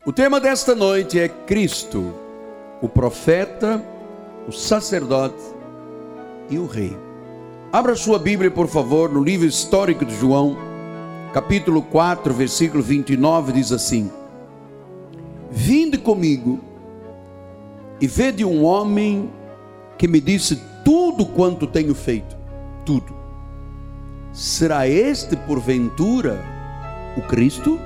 O tema desta noite é Cristo, o profeta, o sacerdote e o rei. Abra sua Bíblia, por favor, no livro histórico de João, capítulo 4, versículo 29, diz assim: Vinde comigo e vede um homem que me disse tudo quanto tenho feito, tudo. Será este, porventura, o Cristo?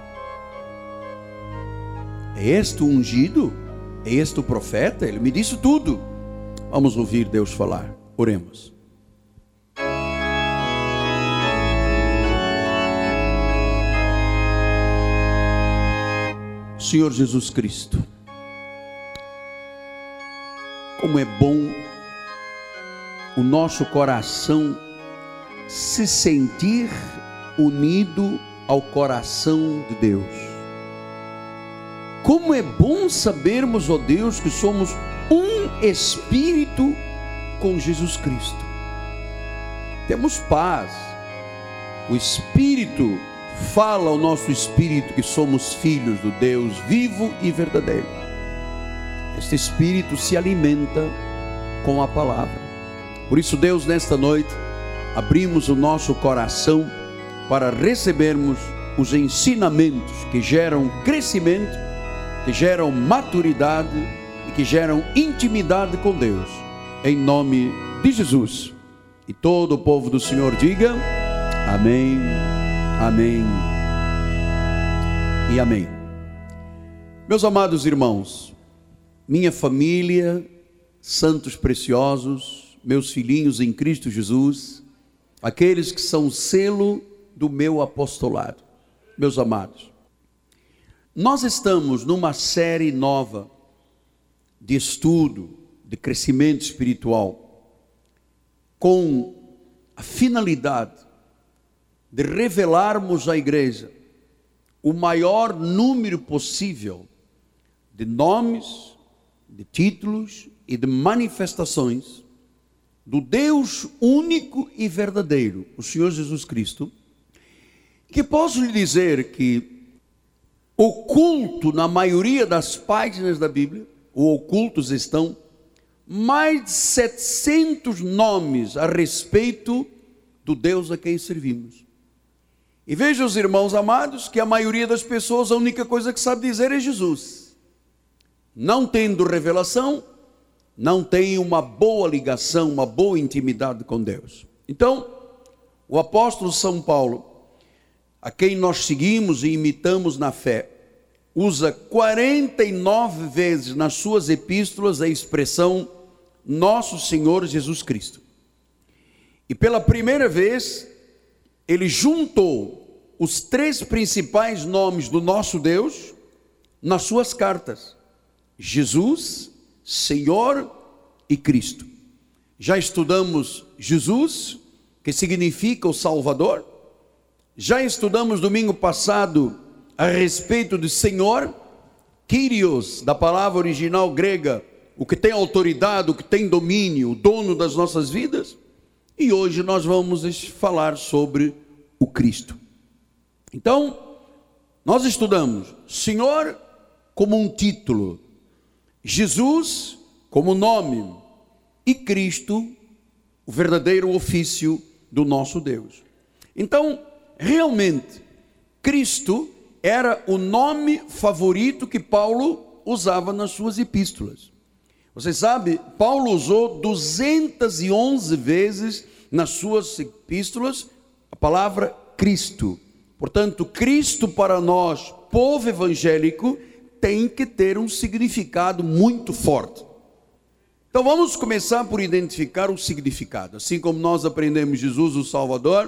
É este o ungido? É este o profeta? Ele me disse tudo. Vamos ouvir Deus falar. Oremos. Senhor Jesus Cristo, como é bom o nosso coração se sentir unido ao coração de Deus. Como é bom sabermos, ó Deus, que somos um Espírito com Jesus Cristo. Temos paz. O Espírito fala ao nosso espírito que somos filhos do Deus vivo e verdadeiro. Este Espírito se alimenta com a palavra. Por isso, Deus, nesta noite, abrimos o nosso coração para recebermos os ensinamentos que geram crescimento, que geram maturidade e que geram intimidade com Deus, em nome de Jesus. E todo o povo do Senhor diga amém, amém e amém. Meus amados irmãos, minha família, santos preciosos, meus filhinhos em Cristo Jesus, aqueles que são selo do meu apostolado, meus amados, nós estamos numa série nova de estudo, de crescimento espiritual, com a finalidade de revelarmos à igreja o maior número possível de nomes, de títulos e de manifestações do Deus único e verdadeiro, o Senhor Jesus Cristo, que posso lhe dizer que oculto na maioria das páginas da Bíblia, ou ocultos estão mais de 700 nomes a respeito do Deus a quem servimos. E veja, os irmãos amados, que a maioria das pessoas, a única coisa que sabe dizer é Jesus. Não tendo revelação, não tem uma boa ligação, uma boa intimidade com Deus. Então, o apóstolo São Paulo, a quem nós seguimos e imitamos na fé, usa 49 vezes nas suas epístolas a expressão Nosso Senhor Jesus Cristo. E pela primeira vez, ele juntou os três principais nomes do nosso Deus nas suas cartas: Jesus, Senhor e Cristo. Já estudamos Jesus, que significa o Salvador. Já estudamos domingo passado a respeito do Senhor, Kyrios, da palavra original grega, o que tem autoridade, o que tem domínio, o dono das nossas vidas. E hoje nós vamos falar sobre o Cristo. Então, nós estudamos Senhor como um título, Jesus como nome e Cristo, o verdadeiro ofício do nosso Deus. Então, realmente, Cristo era o nome favorito que Paulo usava nas suas epístolas. Você sabe, Paulo usou 211 vezes nas suas epístolas a palavra Cristo. Portanto, Cristo para nós, povo evangélico, tem que ter um significado muito forte. Então vamos começar por identificar o significado. Assim como nós aprendemos Jesus, o Salvador,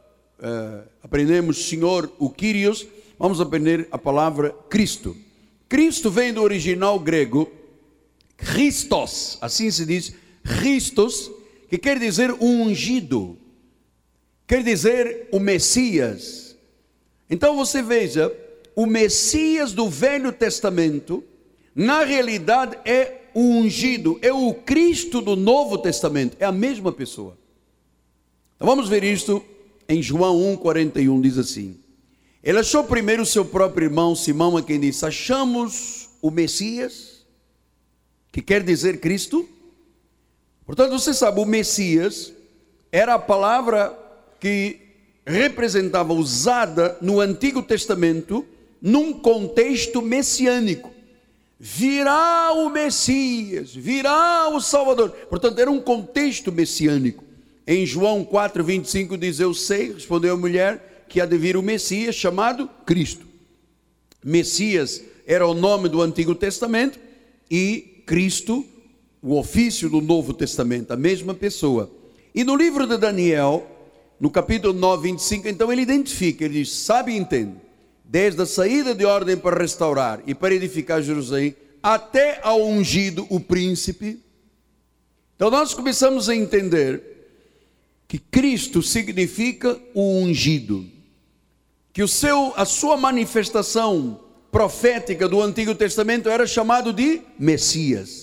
aprendemos Senhor, o Kyrios, vamos aprender a palavra Cristo. Cristo vem do original grego Christos, assim se diz, Christos, que quer dizer o ungido, quer dizer o Messias. Então você veja, o Messias do Velho Testamento, na realidade é o ungido, é o Cristo do Novo Testamento, é a mesma pessoa. Então vamos ver isto em João 1,41, diz assim: Ele achou primeiro o seu próprio irmão Simão, a quem disse: achamos o Messias, que quer dizer Cristo. Portanto, você sabe, o Messias era a palavra que representava, usada no Antigo Testamento, num contexto messiânico. Virá o Messias, virá o Salvador. Portanto, era um contexto messiânico. Em João 4:25 diz: eu sei, respondeu a mulher, que há de vir o Messias, chamado Cristo. Messias era o nome do Antigo Testamento e Cristo, o ofício do Novo Testamento, a mesma pessoa. E no livro de Daniel, no capítulo 9:25, então ele identifica, ele diz: sabe e entende, desde a saída de ordem para restaurar e para edificar Jerusalém, até ao ungido, o príncipe. Então nós começamos a entender que Cristo significa o ungido, que a sua manifestação profética do Antigo Testamento era chamado de Messias.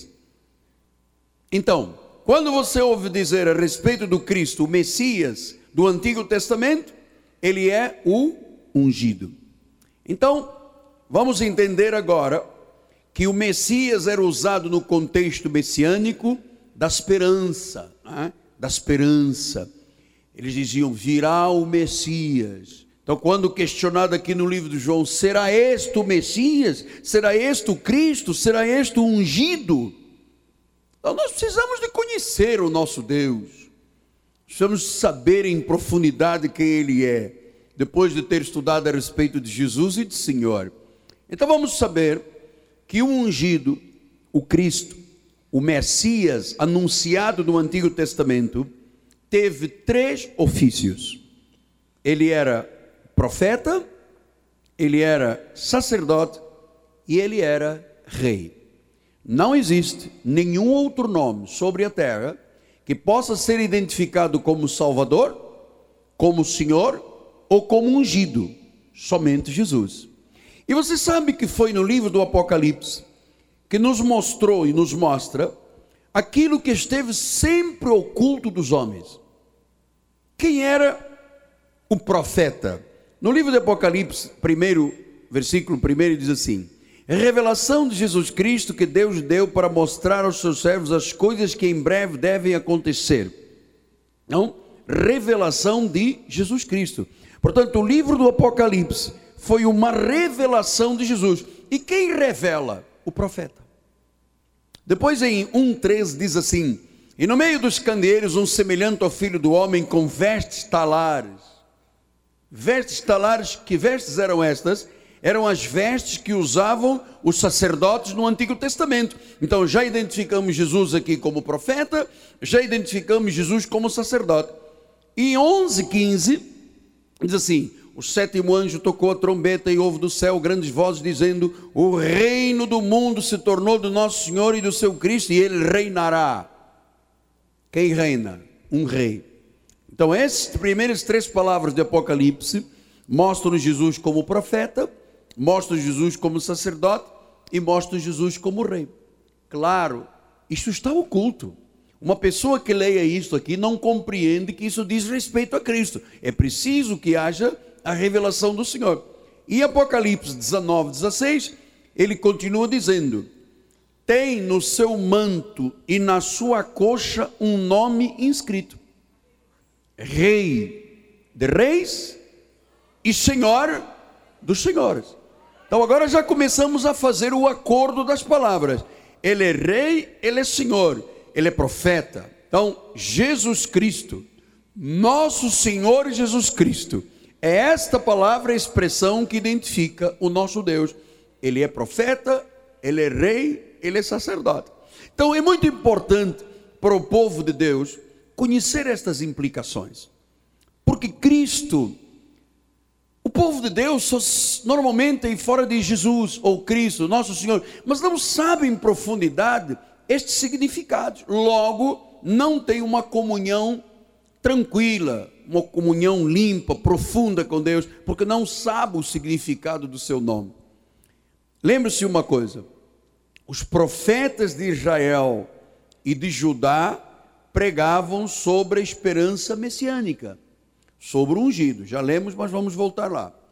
Então, quando você ouve dizer a respeito do Cristo, o Messias do Antigo Testamento, ele é o ungido. Então, vamos entender agora que o Messias era usado no contexto messiânico da esperança, da esperança. Eles diziam: virá o Messias. Então, quando questionado aqui no livro de João: será este o Messias? Será este o Cristo? Será este o ungido? Então, nós precisamos de conhecer o nosso Deus. Precisamos saber em profundidade quem Ele é, depois de ter estudado a respeito de Jesus e de Senhor. Então vamos saber que o ungido, o Cristo, o Messias anunciado no Antigo Testamento, teve 3 ofícios. Ele era profeta, ele era sacerdote e ele era rei. Não existe nenhum outro nome sobre a terra que possa ser identificado como Salvador, como Senhor ou como ungido, somente Jesus. E você sabe que foi no livro do Apocalipse que nos mostrou e nos mostra aquilo que esteve sempre oculto dos homens. Quem era o profeta? No livro do Apocalipse, versículo 1 diz assim: revelação de Jesus Cristo que Deus deu para mostrar aos seus servos as coisas que em breve devem acontecer. Não? Revelação de Jesus Cristo. Portanto, o livro do Apocalipse foi uma revelação de Jesus. E quem revela? O profeta. Depois em 1:13 diz assim: e no meio dos candeeiros um semelhante ao Filho do Homem com vestes talares. Vestes talares, que vestes eram estas? Eram as vestes que usavam os sacerdotes no Antigo Testamento. Então já identificamos Jesus aqui como profeta, já identificamos Jesus como sacerdote. E em 11:15 diz assim: o 7º anjo tocou a trombeta e houve do céu grandes vozes dizendo: o reino do mundo se tornou do nosso Senhor e do seu Cristo, e ele reinará. Quem reina? Um rei. Então essas primeiras 3 palavras de Apocalipse mostram Jesus como profeta, mostram Jesus como sacerdote e mostram Jesus como rei. Claro, isso está oculto. Uma pessoa que leia isto aqui não compreende que isso diz respeito a Cristo. É preciso que haja a revelação do Senhor. E Apocalipse 19:16, ele continua dizendo: tem no seu manto e na sua coxa um nome inscrito: Rei de Reis e Senhor dos Senhores. Então agora já começamos a fazer o acordo das palavras. Ele é rei, ele é Senhor, ele é profeta. Então Jesus Cristo, nosso Senhor Jesus Cristo, é esta palavra, a expressão que identifica o nosso Deus. Ele é profeta, ele é rei, ele é sacerdote. Então é muito importante para o povo de Deus conhecer estas implicações, porque Cristo, o povo de Deus normalmente aí fora de Jesus ou Cristo, nosso Senhor, mas não sabe em profundidade estes significados. Logo, não tem uma comunhão tranquila, uma comunhão limpa, profunda com Deus, porque não sabe o significado do seu nome. Lembre-se uma coisa: os profetas de Israel e de Judá pregavam sobre a esperança messiânica, sobre o ungido. Já lemos, mas vamos voltar lá.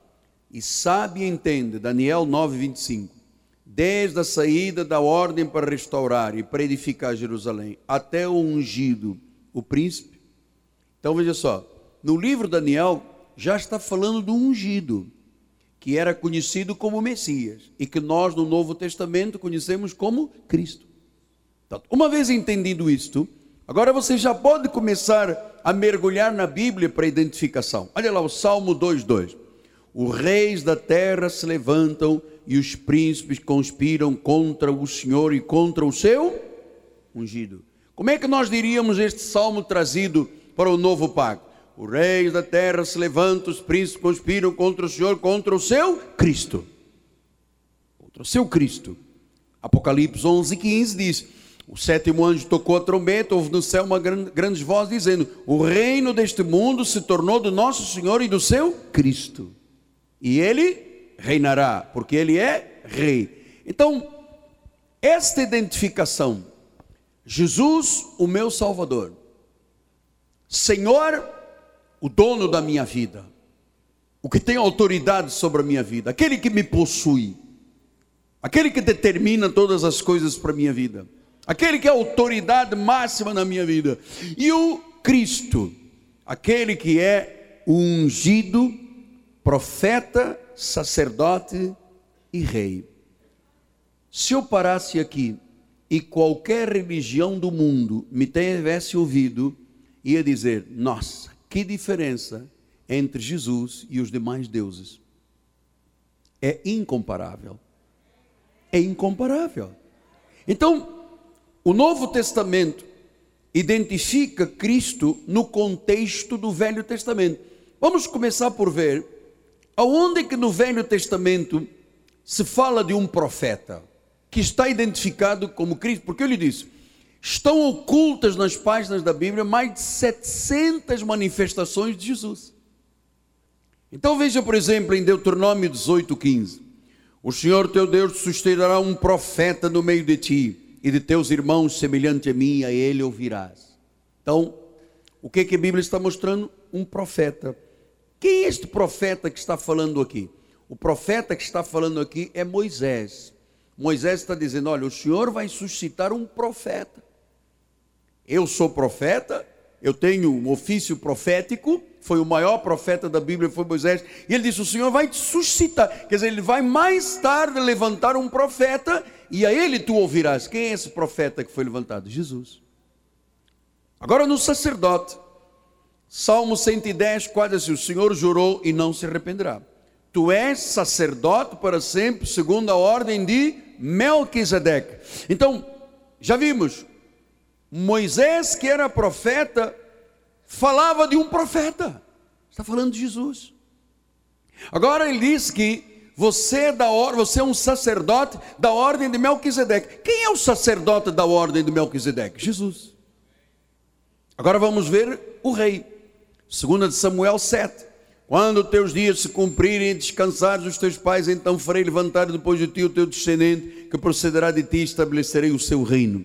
e sabe e entende, Daniel 9:25, desde a saída da ordem para restaurar e para edificar Jerusalém, até o ungido, o príncipe. Então veja só, no livro Daniel já está falando do ungido, que era conhecido como Messias, e que nós no Novo Testamento conhecemos como Cristo. Então, uma vez entendido isto, agora você já pode começar a mergulhar na Bíblia para identificação. Olha lá o Salmo 2:2. Os reis da terra se levantam e os príncipes conspiram contra o Senhor e contra o seu ungido. Como é que nós diríamos este salmo trazido para o novo pacto? Os reis da terra se levantam, os príncipes conspiram contra o Senhor, contra o seu Cristo. Contra o seu Cristo. Apocalipse 11:15 diz: o sétimo anjo tocou a trombeta, houve no céu uma grande voz dizendo: o reino deste mundo se tornou do nosso Senhor e do seu Cristo. E ele reinará, porque ele é rei. Então, esta identificação, Jesus, o meu Salvador, Senhor, o dono da minha vida, o que tem autoridade sobre a minha vida, aquele que me possui, aquele que determina todas as coisas para a minha vida, aquele que é a autoridade máxima na minha vida, e o Cristo, aquele que é o ungido, profeta, sacerdote e rei. Se eu parasse aqui e qualquer religião do mundo me tivesse ouvido, ia dizer: nossa, que diferença entre Jesus e os demais deuses. É incomparável. É incomparável. Então, o Novo Testamento identifica Cristo no contexto do Velho Testamento. Vamos começar por ver aonde que no Velho Testamento se fala de um profeta que está identificado como Cristo. Porque ele disse: estão ocultas nas páginas da Bíblia mais de 700 manifestações de Jesus. Então veja, por exemplo, em Deuteronômio 18:15, o Senhor teu Deus sustentará um profeta no meio de ti, e de teus irmãos semelhante a mim, a ele ouvirás. Então, o que a Bíblia está mostrando? Um profeta. Quem é este profeta que está falando aqui? O profeta que está falando aqui é Moisés. Moisés está dizendo: olha, o Senhor vai suscitar um profeta. Eu sou profeta, eu tenho um ofício profético, foi o maior profeta da Bíblia, foi Moisés, e ele disse: o Senhor vai te suscitar, quer dizer, ele vai mais tarde levantar um profeta, e a ele tu ouvirás. Quem é esse profeta que foi levantado? Jesus. Agora no sacerdote, Salmo 110, quase assim: o Senhor jurou e não se arrependerá. Tu és sacerdote para sempre, segundo a ordem de Melquisedeque. Então, já vimos, Moisés, que era profeta, falava de um profeta. Está falando de Jesus. Agora ele diz que você é um sacerdote da ordem de Melquisedeque. Quem é o sacerdote da ordem de Melquisedeque? Jesus. Agora vamos ver o rei. 2 de Samuel 7. Quando teus dias se cumprirem e descansares dos teus pais, então farei levantar depois de ti o teu descendente, que procederá de ti, e estabelecerei o seu reino.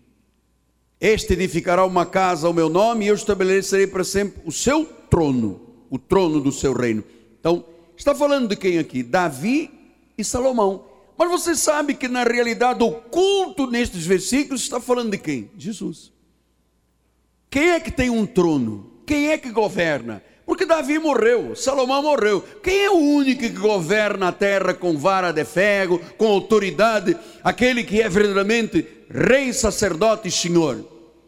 Este edificará uma casa ao meu nome, e eu estabelecerei para sempre o seu trono, o trono do seu reino. Então, está falando de quem aqui? Davi e Salomão. Mas você sabe que na realidade oculto nestes versículos está falando de quem? Jesus. Quem é que tem um trono? Quem é que governa? Porque Davi morreu, Salomão morreu. Quem é o único que governa a terra com vara de ferro, com autoridade? Aquele que é verdadeiramente rei, sacerdote e senhor?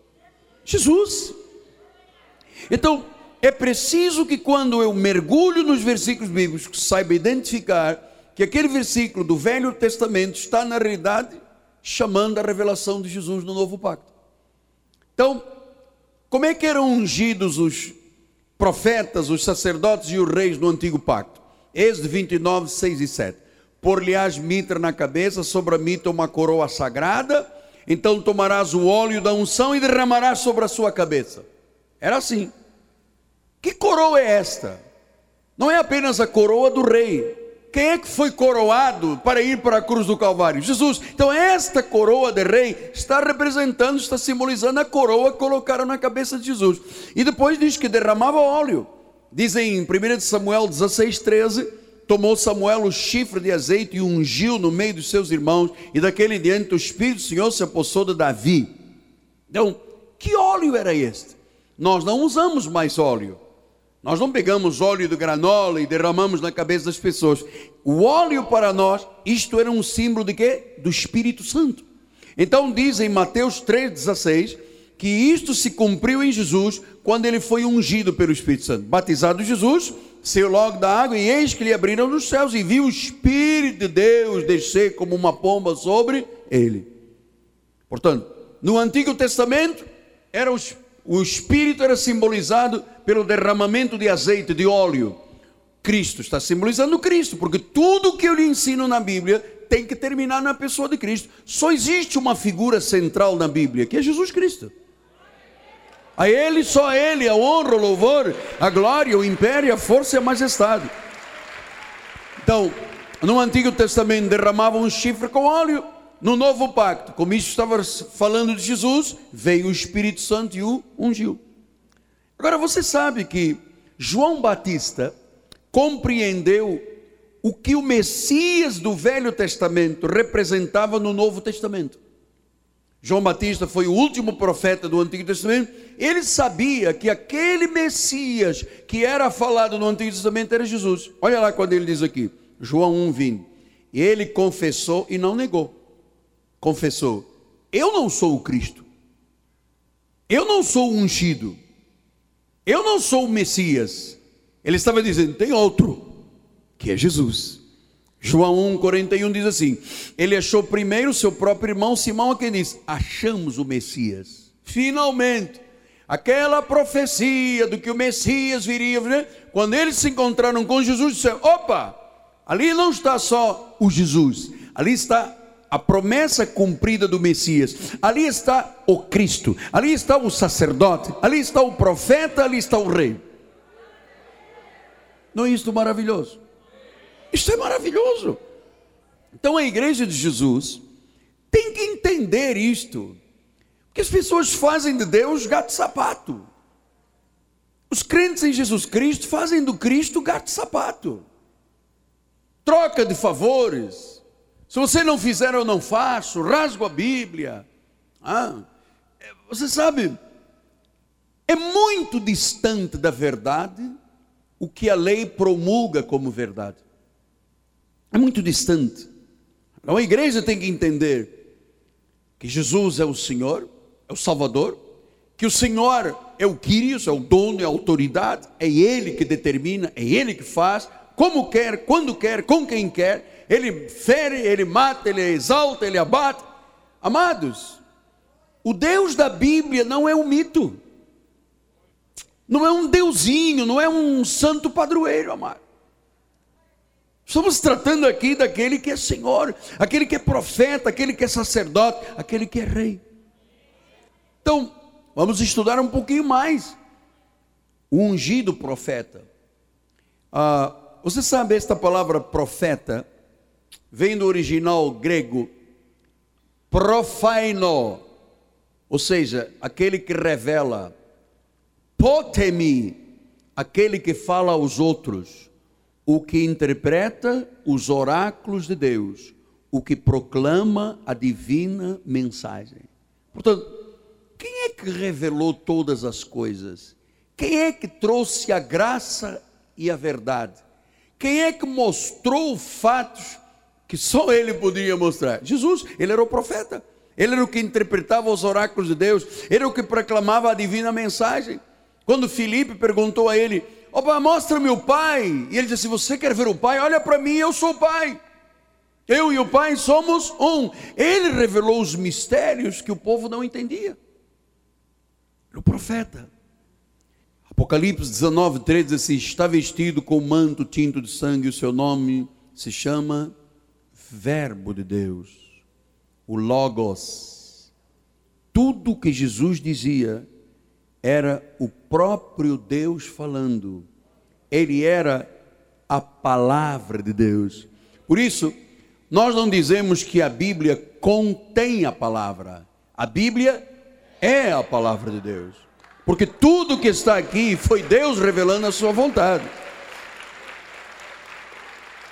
Jesus. Então, é preciso que quando eu mergulho nos versículos bíblicos, saiba identificar que aquele versículo do Velho Testamento está na realidade chamando a revelação de Jesus no Novo Pacto. Então, como é que eram ungidos os profetas, os sacerdotes e os reis no Antigo Pacto? Êxodo 29, 6 e 7. Por-lhe-ás mitra na cabeça, sobre a mitra uma coroa sagrada, então tomarás o óleo da unção e derramarás sobre a sua cabeça. Era assim. Que coroa é esta? Não é apenas a coroa do rei. Quem é que foi coroado para ir para a cruz do Calvário? Jesus. Então esta coroa de rei está representando, está simbolizando a coroa que colocaram na cabeça de Jesus. E depois diz que derramava óleo. Diz em 1 Samuel 16, 13, tomou Samuel o chifre de azeite e ungiu no meio dos seus irmãos, e daquele em diante o Espírito do Senhor se apossou de Davi. Então, que óleo era este? Nós não usamos mais óleo. Nós não pegamos óleo de granola e derramamos na cabeça das pessoas. O óleo para nós, isto era um símbolo de quê? Do Espírito Santo. Então diz em Mateus 3,16, que isto se cumpriu em Jesus, quando ele foi ungido pelo Espírito Santo. Batizado Jesus, saiu logo da água, e eis que lhe abriram os céus, e viu o Espírito de Deus descer como uma pomba sobre ele. Portanto, no Antigo Testamento, o Espírito era simbolizado pelo derramamento de azeite, de óleo. Cristo está simbolizando Cristo, porque tudo que eu lhe ensino na Bíblia tem que terminar na pessoa de Cristo. Só existe uma figura central na Bíblia, que é Jesus Cristo. A Ele, só a Ele, a honra, o louvor, a glória, o império, a força e a majestade. Então, no Antigo Testamento derramavam um chifre com óleo. No Novo Pacto, como isso estava falando de Jesus, veio o Espírito Santo e o ungiu. Agora você sabe que João Batista compreendeu o que o Messias do Velho Testamento representava no Novo Testamento. João Batista foi o último profeta do Antigo Testamento. Ele sabia que aquele Messias que era falado no Antigo Testamento era Jesus. Olha lá quando ele diz aqui, João 1,20. Ele confessou e não negou. Confessou, eu não sou o Cristo, eu não sou o ungido, eu não sou o Messias. Ele estava dizendo, tem outro, que é Jesus. João 1,41 diz assim, ele achou primeiro seu próprio irmão Simão, a quem disse, achamos o Messias. Finalmente, aquela profecia do que o Messias viria, né? Quando eles se encontraram com Jesus, disseram, opa, ali não está só o Jesus, ali está a promessa cumprida do Messias, ali está o Cristo, ali está o sacerdote, ali está o profeta, ali está o rei. Não é isto maravilhoso? Isto é maravilhoso. Então a igreja de Jesus tem que entender isto, porque as pessoas fazem de Deus gato-sapato. Os crentes em Jesus Cristo fazem do Cristo gato-sapato, troca de favores. Se você não fizer, eu não faço, rasgo a Bíblia. Você sabe, é muito distante da verdade o que a lei promulga como verdade. É muito distante. Então a igreja tem que entender que Jesus é o Senhor, é o Salvador, que o Senhor é o Kyrios, é o dono, é a autoridade, é Ele que determina, é Ele que faz, como quer, quando quer, com quem quer. Ele fere, ele mata, ele exalta, ele abate. Amados, o Deus da Bíblia não é um mito, não é um deusinho, não é um santo padroeiro, amado. Estamos tratando aqui daquele que é Senhor, aquele que é profeta, aquele que é sacerdote, aquele que é rei. Então, vamos estudar um pouquinho mais o ungido profeta. Você sabe, esta palavra profeta vem do original grego profaino, ou seja, aquele que revela, potemi, aquele que fala aos outros, o que interpreta os oráculos de Deus, o que proclama a divina mensagem. Portanto, quem é que revelou todas as coisas? Quem é que trouxe a graça e a verdade? Quem é que mostrou fatos que só Ele poderia mostrar? Jesus. Ele era o profeta, Ele era o que interpretava os oráculos de Deus, Ele era o que proclamava a divina mensagem. Quando Filipe perguntou a Ele, opa, mostra-me o Pai, e Ele disse, você quer ver o Pai? Olha para mim, eu sou o Pai, eu e o Pai somos um. Ele revelou os mistérios que o povo não entendia. Era o profeta. Apocalipse 19:3 diz assim, está vestido com manto tinto de sangue, o seu nome se chama Verbo de Deus, o Logos. Tudo que Jesus dizia era o próprio Deus falando. Ele era a palavra de Deus. Por isso, nós não dizemos que a Bíblia contém a palavra. A Bíblia é a palavra de Deus. Porque tudo que está aqui foi Deus revelando a sua vontade.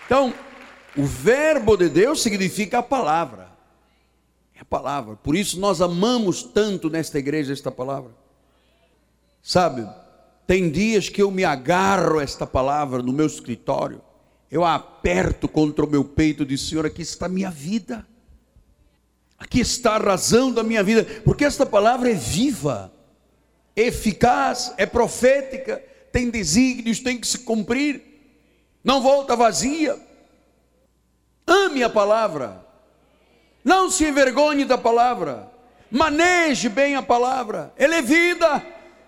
Então, o verbo de Deus significa a palavra. É a palavra. Por isso nós amamos tanto nesta igreja esta palavra. Sabe, tem dias que eu me agarro a esta palavra no meu escritório. Eu a aperto contra o meu peito e digo: Senhor, aqui está a minha vida. Aqui está a razão da minha vida. Porque esta palavra é viva, é eficaz, é profética, tem desígnios, tem que se cumprir, não volta vazia. Ame a palavra, não se envergonhe da palavra, maneje bem a palavra, ela é vida.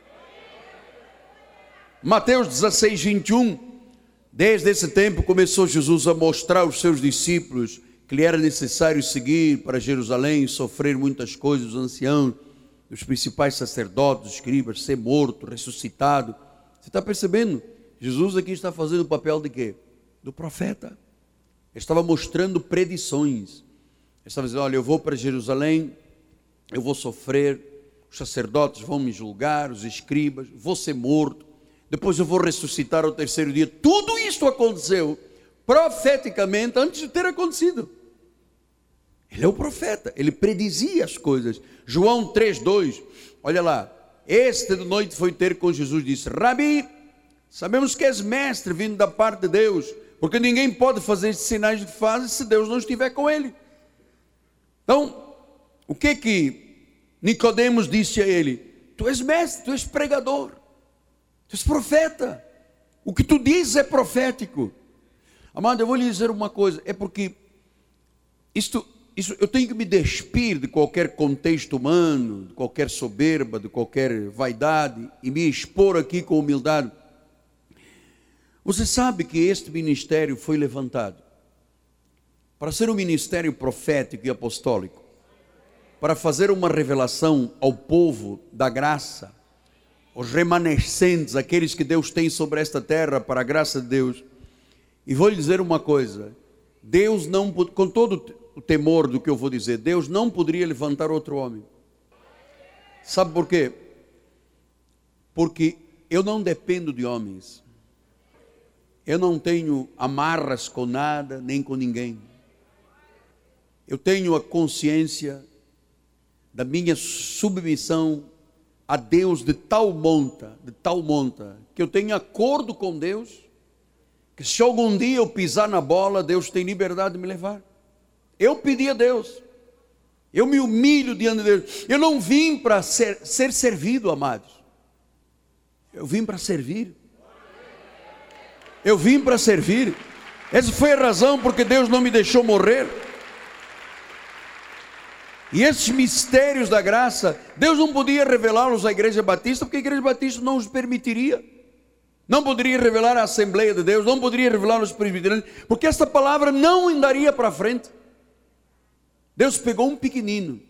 Mateus 16, 21, desde esse tempo começou Jesus a mostrar aos seus discípulos que lhe era necessário seguir para Jerusalém, sofrer muitas coisas, os anciãos, os principais sacerdotes, os escribas, ser morto, ressuscitado. Você está percebendo? Jesus aqui está fazendo o papel de quê? Do profeta. Ele estava mostrando predições. Ele estava dizendo: olha, eu vou para Jerusalém, eu vou sofrer, os sacerdotes vão me julgar, os escribas, vou ser morto, depois eu vou ressuscitar ao terceiro dia. Tudo isso aconteceu profeticamente antes de ter acontecido. Ele é o profeta, ele predizia as coisas. João 3:2, olha lá. Este de noite foi ter com Jesus, disse: Rabi, sabemos que és mestre vindo da parte de Deus, porque ninguém pode fazer estes sinais que fazes se Deus não estiver com ele. Então, o que Nicodemos disse a ele? Tu és mestre, tu és pregador, tu és profeta, o que tu dizes é profético. Amado, eu vou lhe dizer uma coisa, é porque isso eu tenho que me despir de qualquer contexto humano, de qualquer soberba, de qualquer vaidade, e me expor aqui com humildade. Você sabe que este ministério foi levantado para ser um ministério profético e apostólico, para fazer uma revelação ao povo da graça, os remanescentes, aqueles que Deus tem sobre esta terra, para a graça de Deus. E vou lhe dizer uma coisa: Deus não, com todo o temor do que eu vou dizer, Deus não poderia levantar outro homem. Sabe por quê? Porque eu não dependo de homens. Eu não tenho amarras com nada, nem com ninguém. Eu tenho a consciência da minha submissão a Deus de tal monta, que eu tenho acordo com Deus, que se algum dia eu pisar na bola, Deus tem liberdade de me levar. Eu pedi a Deus, eu me humilho diante de Deus. Eu não vim para ser servido, amados. Eu vim para servir. Eu vim para servir. Essa foi a razão porque Deus não me deixou morrer. E esses mistérios da graça, Deus não podia revelá-los à Igreja Batista, porque a Igreja Batista não os permitiria. Não poderia revelar à Assembleia de Deus, não poderia revelar aos presbiterianos, porque essa palavra não andaria para frente. Deus pegou um pequenino.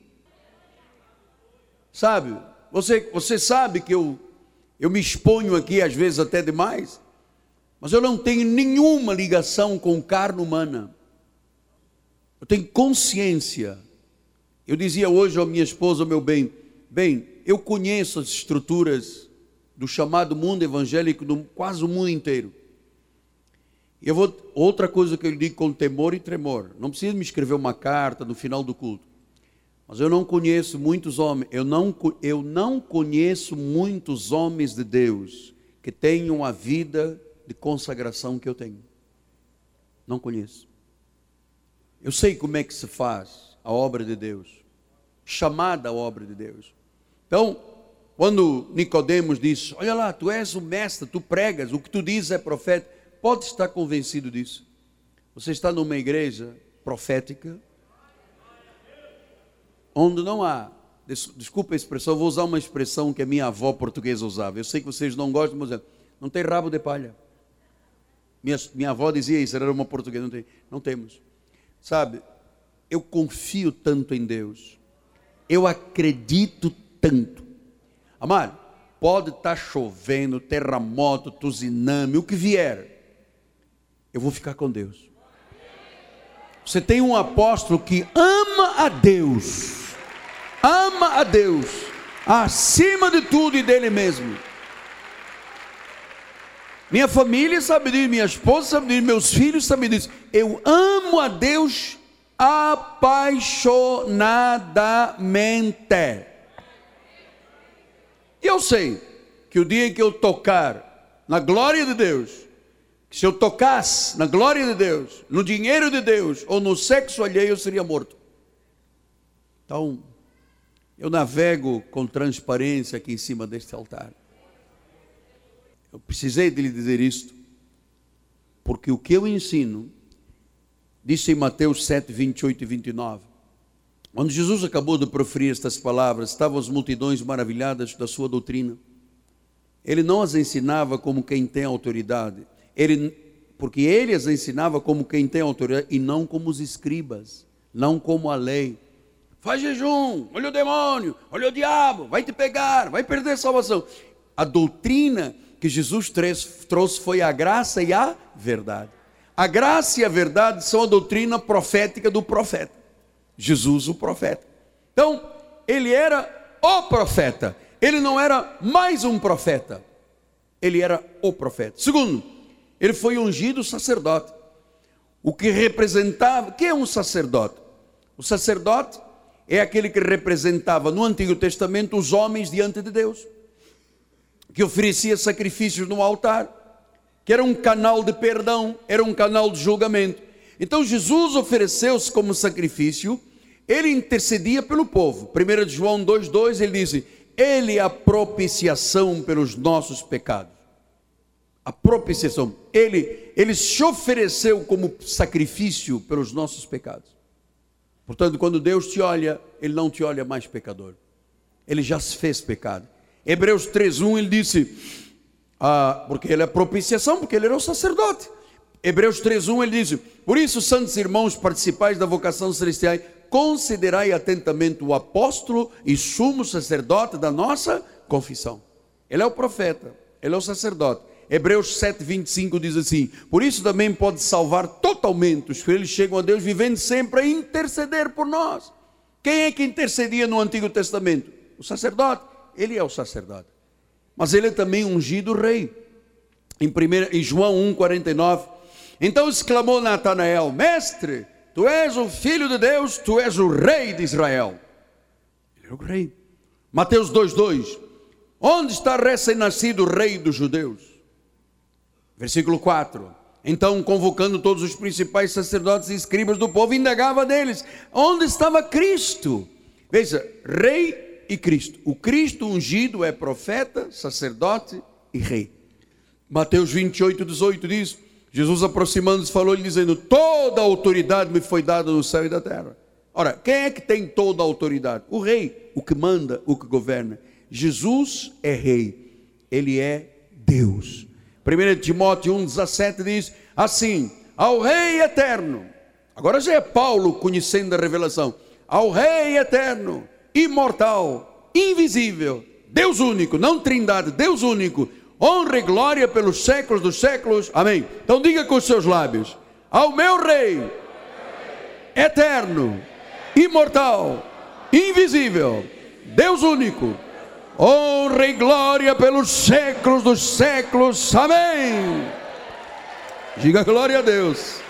Sabe, você sabe que eu me exponho aqui às vezes até demais, mas eu não tenho nenhuma ligação com carne humana. Eu tenho consciência. Eu dizia hoje à minha esposa, meu bem, eu conheço as estruturas do chamado mundo evangélico, quase o mundo inteiro. E outra coisa que eu lhe digo com temor e tremor, não precisa me escrever uma carta no final do culto, mas eu não conheço muitos homens, eu não conheço muitos homens de Deus que tenham a vida de consagração que eu tenho. Não conheço. Eu sei como é que se faz a obra de Deus, chamada a obra de Deus. Então, quando Nicodemos disse: olha lá, tu és o mestre, tu pregas, o que tu dizes é profeta, pode estar convencido disso. Você está numa igreja profética, onde não há, desculpa a expressão, vou usar uma expressão que a minha avó portuguesa usava. Eu sei que vocês não gostam, mas não tem rabo de palha. Minha avó dizia isso, ela era uma portuguesa, não temos. Sabe, eu confio tanto em Deus, eu acredito tanto. Amado, pode estar chovendo, terremoto, tsunami, o que vier, eu vou ficar com Deus. Você tem um apóstolo que ama a Deus, acima de tudo e dele mesmo. Minha família sabe disso, minha esposa sabe disso, meus filhos sabem disso. Eu amo a Deus apaixonadamente. E eu sei que o dia em que eu tocar na glória de Deus, que se eu tocasse na glória de Deus, no dinheiro de Deus ou no sexo alheio, eu seria morto. Então, eu navego com transparência aqui em cima deste altar. Eu precisei de lhe dizer isto, porque o que eu ensino, disse em Mateus 7, 28 e 29, quando Jesus acabou de proferir estas palavras, estavam as multidões maravilhadas da sua doutrina. Ele não as ensinava como quem tem autoridade, porque ele as ensinava como quem tem autoridade e não como os escribas, não como a lei. Faz jejum, olha o demônio, olha o diabo, vai te pegar, vai perder a salvação. A doutrina que Jesus trouxe foi a graça e a verdade. A graça e a verdade são a doutrina profética do profeta, Jesus o profeta. Então, ele era o profeta, ele não era mais um profeta, ele era o profeta. Segundo, ele foi ungido sacerdote, o que representava, que é um sacerdote? O sacerdote é aquele que representava no Antigo Testamento os homens diante de Deus, que oferecia sacrifícios no altar, que era um canal de perdão, era um canal de julgamento. Então Jesus ofereceu-se como sacrifício, ele intercedia pelo povo. 1 João 2,2 ele diz, ele é a propiciação pelos nossos pecados. A propiciação, ele se ofereceu como sacrifício pelos nossos pecados. Portanto, quando Deus te olha, ele não te olha mais pecador, ele já se fez pecado. Hebreus 3,1 ele disse, porque ele é propiciação, porque ele era o sacerdote. Hebreus 3,1 ele diz, por isso, santos irmãos, participais da vocação celestial, considerai atentamente o apóstolo e sumo sacerdote da nossa confissão. Ele é o profeta, ele é o sacerdote. Hebreus 7,25 diz assim, por isso também pode salvar totalmente os que eles chegam a Deus, vivendo sempre a interceder por nós. Quem é que intercedia no Antigo Testamento? O sacerdote, ele é o sacerdote. Mas ele é também ungido rei. Em João 1,49, então exclamou Natanael, mestre, tu és o filho de Deus, tu és o rei de Israel. Ele é o rei. Mateus 2,2, onde está recém-nascido o rei dos judeus? Versículo 4, então convocando todos os principais sacerdotes e escribas do povo, indagava deles, onde estava Cristo? Veja, rei e Cristo. O Cristo ungido é profeta, sacerdote e rei. Mateus 28,18 diz, Jesus aproximando-se falou-lhe dizendo, toda a autoridade me foi dada no céu e da terra. Ora, quem é que tem toda a autoridade? O rei, o que manda, o que governa. Jesus é rei, ele é Deus. 1 Timóteo 1,17 diz, assim, ao rei eterno, agora já é Paulo conhecendo a revelação, ao rei eterno, imortal, invisível, Deus único, não trindade, Deus único, honra e glória pelos séculos dos séculos, amém. Então diga com os seus lábios, ao meu rei, eterno, imortal, invisível, Deus único, honra e glória pelos séculos dos séculos, amém. Diga glória a Deus.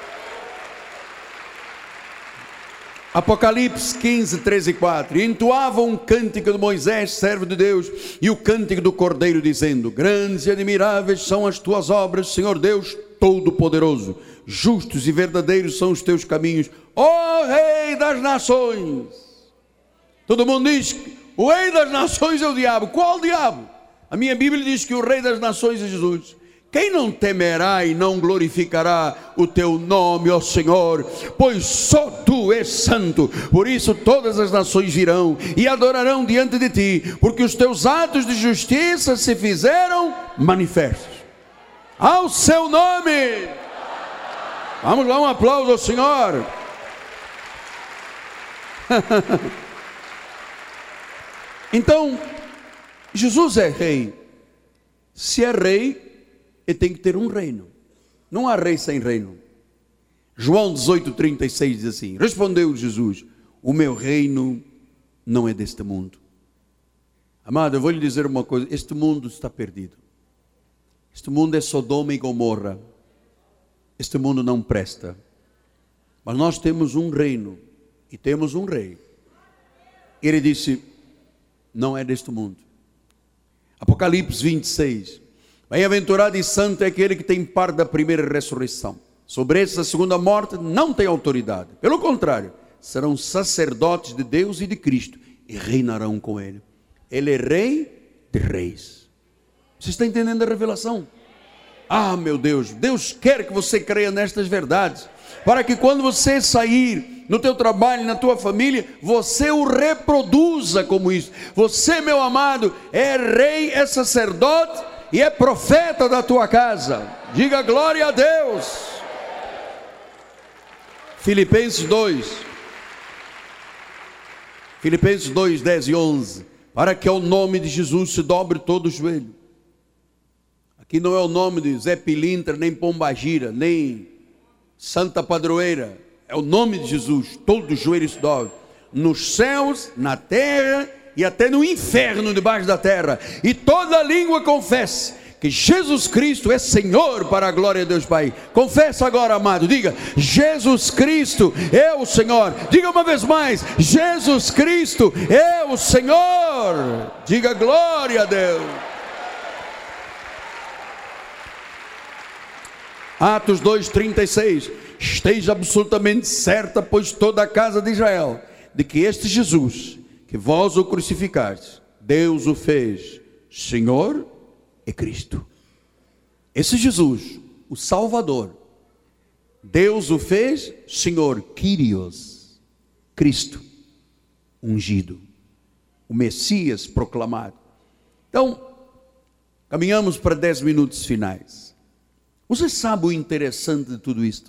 Apocalipse 15, 13 e 4, e entoavam um cântico de Moisés, servo de Deus, e o cântico do Cordeiro, dizendo, grandes e admiráveis são as tuas obras, Senhor Deus Todo-Poderoso, justos e verdadeiros são os teus caminhos, ó Rei das Nações. Todo mundo diz, o Rei das Nações é o diabo. Qual diabo? A minha Bíblia diz que o Rei das Nações é Jesus. Quem não temerá e não glorificará o teu nome, ó Senhor? Pois só tu és santo. Por isso todas as nações virão e adorarão diante de ti, porque os teus atos de justiça se fizeram manifestos. Ao seu nome. Vamos lá, um aplauso ao Senhor. Então, Jesus é rei. Se é rei, ele tem que ter um reino. Não há rei sem reino. João 18,36 diz assim, respondeu Jesus, o meu reino não é deste mundo. Amado, eu vou lhe dizer uma coisa, este mundo está perdido. Este mundo é Sodoma e Gomorra. Este mundo não presta. Mas nós temos um reino e temos um rei. Ele disse, não é deste mundo. Apocalipse 26. Bem-aventurado e santo é aquele que tem parte da primeira ressurreição. Sobre essa segunda morte não tem autoridade. Pelo contrário, serão sacerdotes de Deus e de Cristo e reinarão com ele. Ele é rei de reis. Você está entendendo a revelação? Ah, meu Deus, Deus quer que você creia nestas verdades, para que quando você sair no teu trabalho, na tua família, você o reproduza como isso. Você, meu amado, é rei, é sacerdote e é profeta da tua casa. Diga glória a Deus. Filipenses 2, 10 e 11. Para que ao nome de Jesus se dobre todo o joelho. Aqui não é o nome de Zé Pilintra, nem Pombagira, nem Santa Padroeira. É o nome de Jesus. Todo o joelho se dobre. Nos céus, na terra e até no inferno debaixo da terra. E toda língua confesse que Jesus Cristo é Senhor, para a glória de Deus Pai. Confessa agora, amado. Diga, Jesus Cristo é o Senhor. Diga uma vez mais, Jesus Cristo é o Senhor. Diga glória a Deus. Atos 2:36. Esteja absolutamente certa, pois toda a casa de Israel, de que este Jesus, que vós o crucificaste, Deus o fez Senhor e Cristo. Esse Jesus, o Salvador, Deus o fez Senhor, Kyrios, Cristo, ungido, o Messias proclamado. Então, caminhamos para 10 minutos finais. Você sabe o interessante de tudo isto?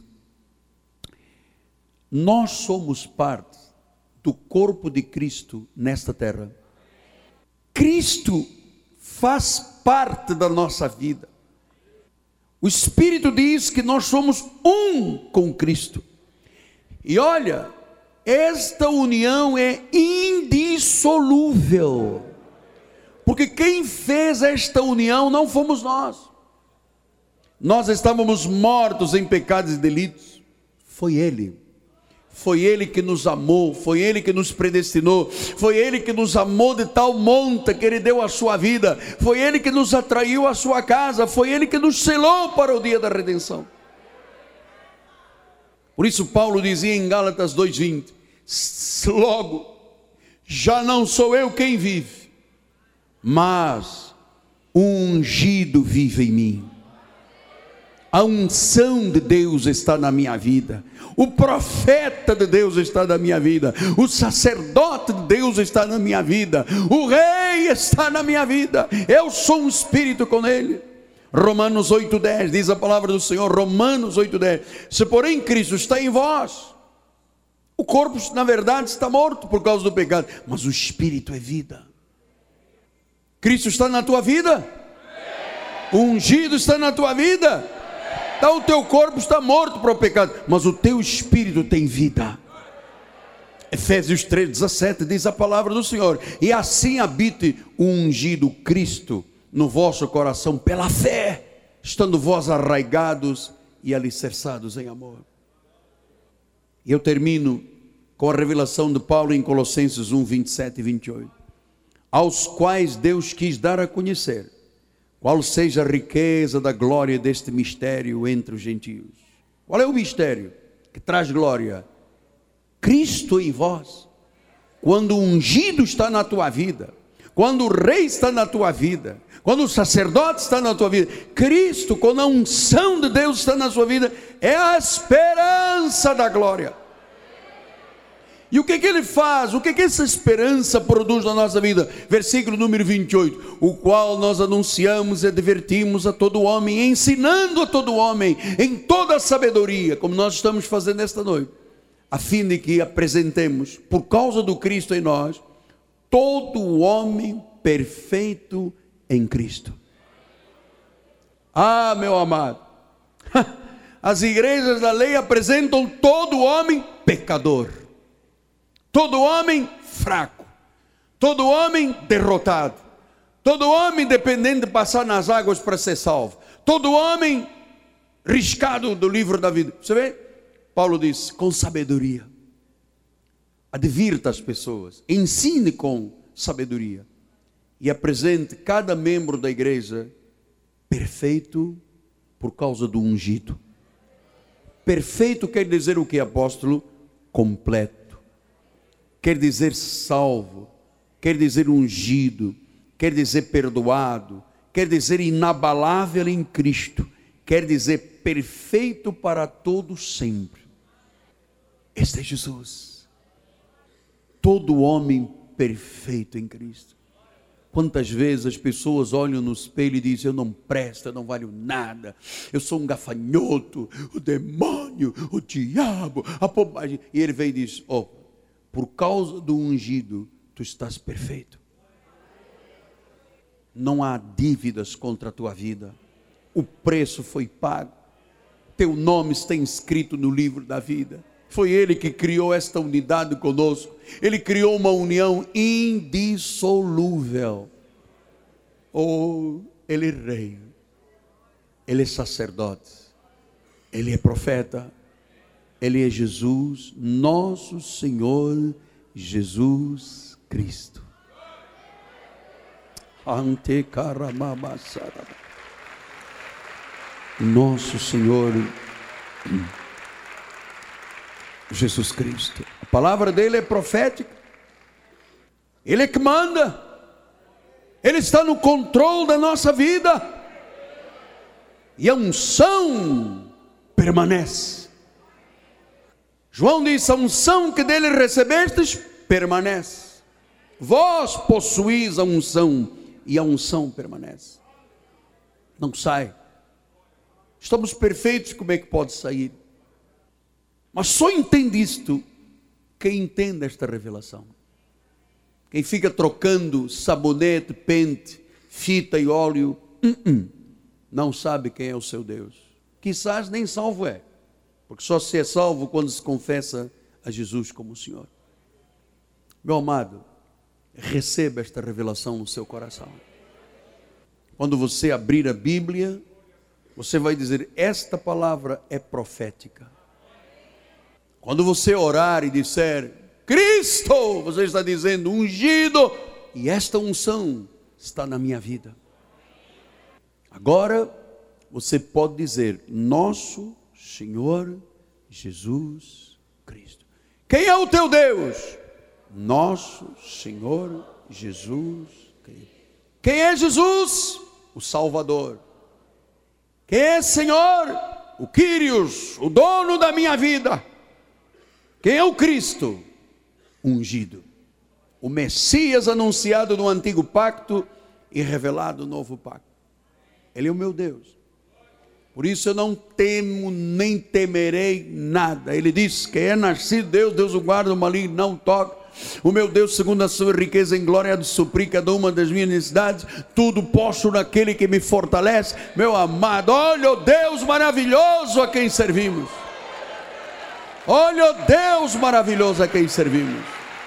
Nós somos parte do corpo de Cristo nesta terra. Cristo faz parte da nossa vida. O Espírito diz que nós somos um com Cristo. E olha, esta união é indissolúvel. Porque quem fez esta união não fomos nós. Nós estávamos mortos em pecados e delitos. Foi Ele. Foi Ele que nos amou, foi Ele que nos predestinou, foi Ele que nos amou de tal monta que Ele deu a sua vida, foi Ele que nos atraiu à sua casa, foi Ele que nos selou para o dia da redenção. Por isso Paulo dizia em Gálatas 2:20, logo, já não sou eu quem vive, mas o ungido vive em mim. A unção de Deus está na minha vida. O profeta de Deus está na minha vida. O sacerdote de Deus está na minha vida. O rei está na minha vida. Eu sou um espírito com ele. Romanos 8:10 diz a palavra do Senhor. Romanos 8:10. Se porém Cristo está em vós, o corpo na verdade está morto por causa do pecado, mas o espírito é vida. Cristo está na tua vida? O ungido está na tua vida? Então o teu corpo está morto para o pecado, mas o teu espírito tem vida. Efésios 3:17 diz a palavra do Senhor. E assim habite o ungido Cristo no vosso coração pela fé, estando vós arraigados e alicerçados em amor. E eu termino com a revelação de Paulo em Colossenses 1:27 e 28. Aos quais Deus quis dar a conhecer qual seja a riqueza da glória deste mistério entre os gentios. Qual é o mistério que traz glória? Cristo em vós. Quando o ungido está na tua vida, quando o rei está na tua vida, quando o sacerdote está na tua vida, Cristo, quando a unção de Deus está na sua vida, é a esperança da glória. E o que Ele faz? O que essa esperança produz na nossa vida? Versículo número 28. O qual nós anunciamos e advertimos a todo homem, ensinando a todo homem, em toda a sabedoria, como nós estamos fazendo esta noite, a fim de que apresentemos, por causa do Cristo em nós, todo o homem perfeito em Cristo. Ah, meu amado, as igrejas da lei apresentam todo homem pecador. Todo homem fraco, todo homem derrotado, todo homem dependente de passar nas águas para ser salvo, todo homem riscado do livro da vida. Você vê? Paulo diz, com sabedoria. Advirta as pessoas, ensine com sabedoria. E apresente cada membro da igreja perfeito por causa do ungido. Perfeito quer dizer o que, apóstolo? Completo. Quer dizer salvo. Quer dizer ungido. Quer dizer perdoado. Quer dizer inabalável em Cristo. Quer dizer perfeito para todos sempre. Este é Jesus. Todo homem perfeito em Cristo. Quantas vezes as pessoas olham no espelho e dizem, eu não presto, eu não valho nada, eu sou um gafanhoto, o demônio, o diabo, a bobagem. E ele vem e diz, por causa do ungido, tu estás perfeito. Não há dívidas contra a tua vida. O preço foi pago. Teu nome está inscrito no livro da vida. Foi Ele que criou esta unidade conosco. Ele criou uma união indissolúvel. Ele é rei. Ele é sacerdote. Ele é profeta. Ele é Jesus, nosso Senhor Jesus Cristo. Nosso Senhor Jesus Cristo. A palavra dele é profética. Ele é que manda. Ele está no controle da nossa vida. E a unção permanece. João diz, a unção que dele recebestes permanece. Vós possuís a unção e a unção permanece. Não sai. Estamos perfeitos, como é que pode sair? Mas só entende isto quem entende esta revelação. Quem fica trocando sabonete, pente, fita e óleo, não sabe quem é o seu Deus. Quizás nem salvo é, porque só se é salvo quando se confessa a Jesus como o Senhor. Meu amado, receba esta revelação no seu coração. Quando você abrir a Bíblia, você vai dizer, esta palavra é profética. Quando você orar e disser, Cristo, você está dizendo, ungido, e esta unção está na minha vida. Agora, você pode dizer, nosso Senhor Jesus Cristo. Quem é o teu Deus? Nosso Senhor Jesus Cristo. Quem é Jesus? O Salvador. Quem é Senhor? O Kyrios, o dono da minha vida. Quem é o Cristo? Ungido. O Messias anunciado no antigo pacto e revelado no novo pacto. Ele é o meu Deus. Por isso eu não temo nem temerei nada. Ele diz que é nascido Deus, Deus o guarda, o maligno não toca. O meu Deus, segundo a sua riqueza em glória, de suprir cada uma das minhas necessidades. Tudo posso naquele que me fortalece. Meu amado, olha o Deus maravilhoso a quem servimos. Olha o Deus maravilhoso a quem servimos.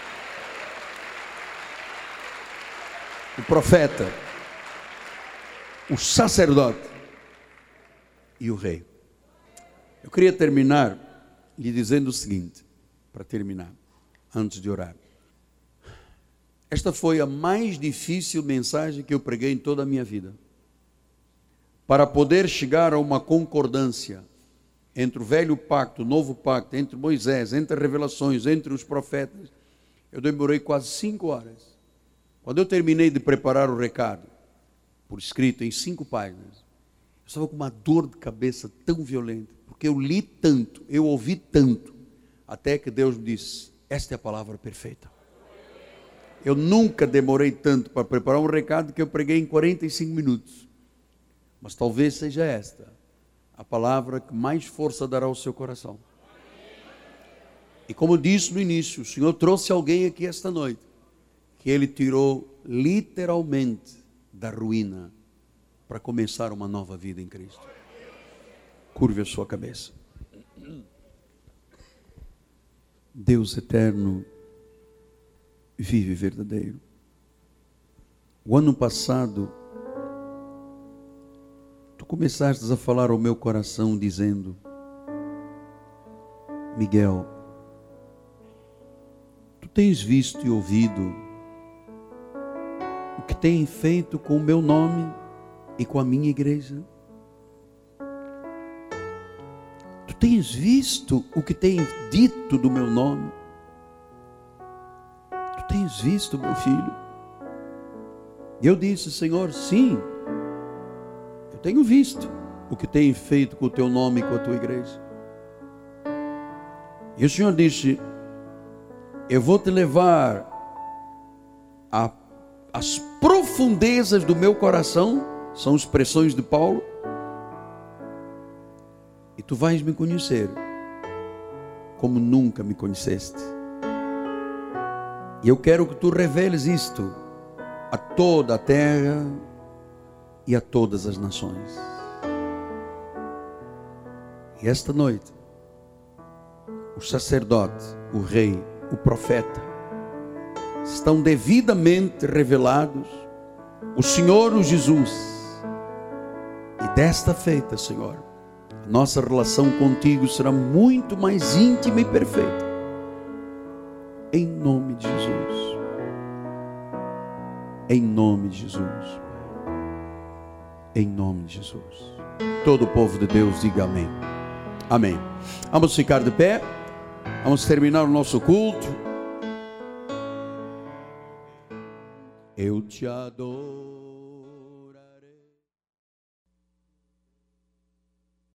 O profeta, o sacerdote e o rei. Eu queria terminar lhe dizendo o seguinte, para terminar, antes de orar. Esta foi a mais difícil mensagem que eu preguei em toda a minha vida. Para poder chegar a uma concordância entre o velho pacto, o novo pacto, entre Moisés, entre as revelações, entre os profetas, eu demorei quase 5 horas. Quando eu terminei de preparar o recado, por escrito em 5 páginas, eu estava com uma dor de cabeça tão violenta, porque eu li tanto, eu ouvi tanto, até que Deus me disse, esta é a palavra perfeita. Eu nunca demorei tanto para preparar um recado que eu preguei em 45 minutos. Mas talvez seja esta a palavra que mais força dará ao seu coração. E como eu disse no início, o Senhor trouxe alguém aqui esta noite, que Ele tirou literalmente da ruína, para começar uma nova vida em Cristo. Curve a sua cabeça. Deus eterno, vive verdadeiro. O ano passado, Tu começaste a falar ao meu coração dizendo: Miguel, tu tens visto e ouvido o que tem feito com o meu nome e com a minha igreja? Tu tens visto o que tem dito do meu nome? Tu tens visto, meu filho? E eu disse: Senhor, sim, eu tenho visto o que tem feito com o teu nome e com a tua igreja. E o Senhor disse: eu vou te levar às profundezas do meu coração, são expressões de Paulo, e tu vais me conhecer como nunca me conheceste. E eu quero que tu reveles isto a toda a terra e a todas as nações. E esta noite, o sacerdote, o rei, o profeta, estão devidamente revelados, o Senhor, o Jesus. E desta feita, Senhor, a nossa relação contigo será muito mais íntima e perfeita. Em nome de Jesus. Em nome de Jesus. Em nome de Jesus. Todo o povo de Deus diga amém. Amém. Vamos ficar de pé. Vamos terminar o nosso culto. Eu te adoro.